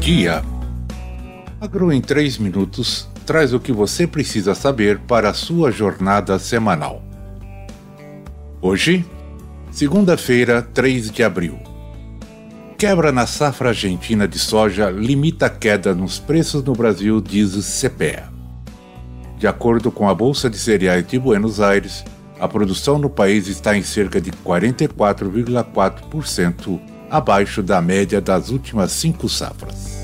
dia. Agro em 3 minutos traz o que você precisa saber para a sua jornada semanal. Hoje, segunda-feira, 3 de abril. Quebra na safra argentina de soja limita a queda nos preços no Brasil, diz o CPEA. De acordo com a Bolsa de Cereais de Buenos Aires, a produção no país está em cerca de 44,4% abaixo da média das últimas 5 safras.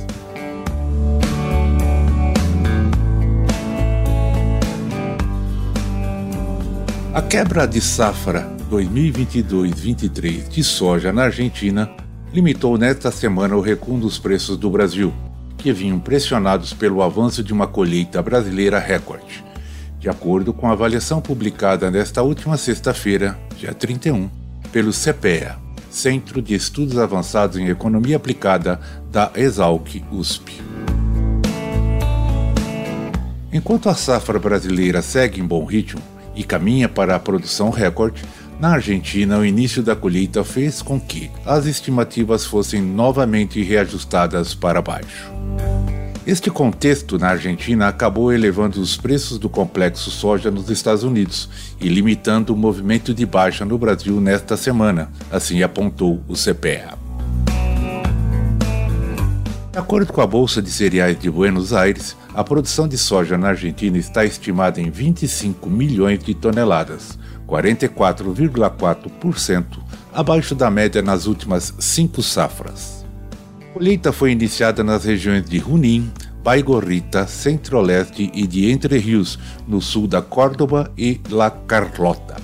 A quebra de safra 2022-23 de soja na Argentina limitou nesta semana o recuo dos preços do Brasil, que vinham pressionados pelo avanço de uma colheita brasileira recorde, de acordo com a avaliação publicada nesta última sexta-feira, dia 31, pelo CPEA, Centro de Estudos Avançados em Economia Aplicada da Exalc-USP. Enquanto a safra brasileira segue em bom ritmo e caminha para a produção recorde, na Argentina o início da colheita fez com que as estimativas fossem novamente reajustadas para baixo. Este contexto na Argentina acabou elevando os preços do complexo soja nos Estados Unidos e limitando o movimento de baixa no Brasil nesta semana, assim apontou o CPEA. De acordo com a Bolsa de Cereais de Buenos Aires, a produção de soja na Argentina está estimada em 25 milhões de toneladas, 44,4% abaixo da média nas últimas 5 safras. A colheita foi iniciada nas regiões de Junín, Baigorrita, Centro-Leste e de Entre Rios, no sul da Córdoba e La Carlota.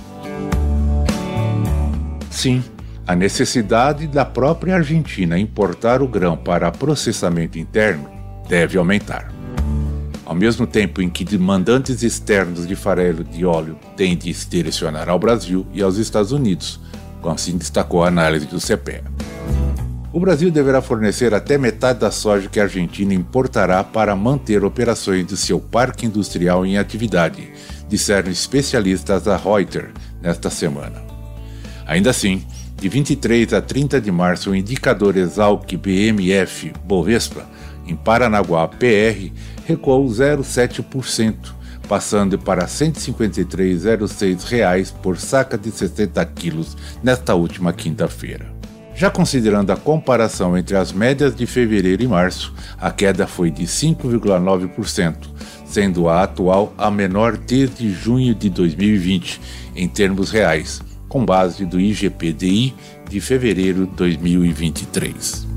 Sim, a necessidade da própria Argentina importar o grão para processamento interno deve aumentar. Ao mesmo tempo em que demandantes externos de farelo de óleo têm de se direcionar ao Brasil e aos Estados Unidos, como assim destacou a análise do CPEA. O Brasil deverá fornecer até metade da soja que a Argentina importará para manter operações de seu parque industrial em atividade, disseram especialistas da Reuters nesta semana. Ainda assim, de 23 a 30 de março, o indicador Exalc-BMF Bovespa, em Paranaguá PR, recuou 0,7%, passando para R$ 153,06 por saca de 60 quilos nesta última quinta-feira. Já considerando a comparação entre as médias de fevereiro e março, a queda foi de 5,9%, sendo a atual a menor desde junho de 2020, em termos reais, com base do IGPDI de fevereiro de 2023.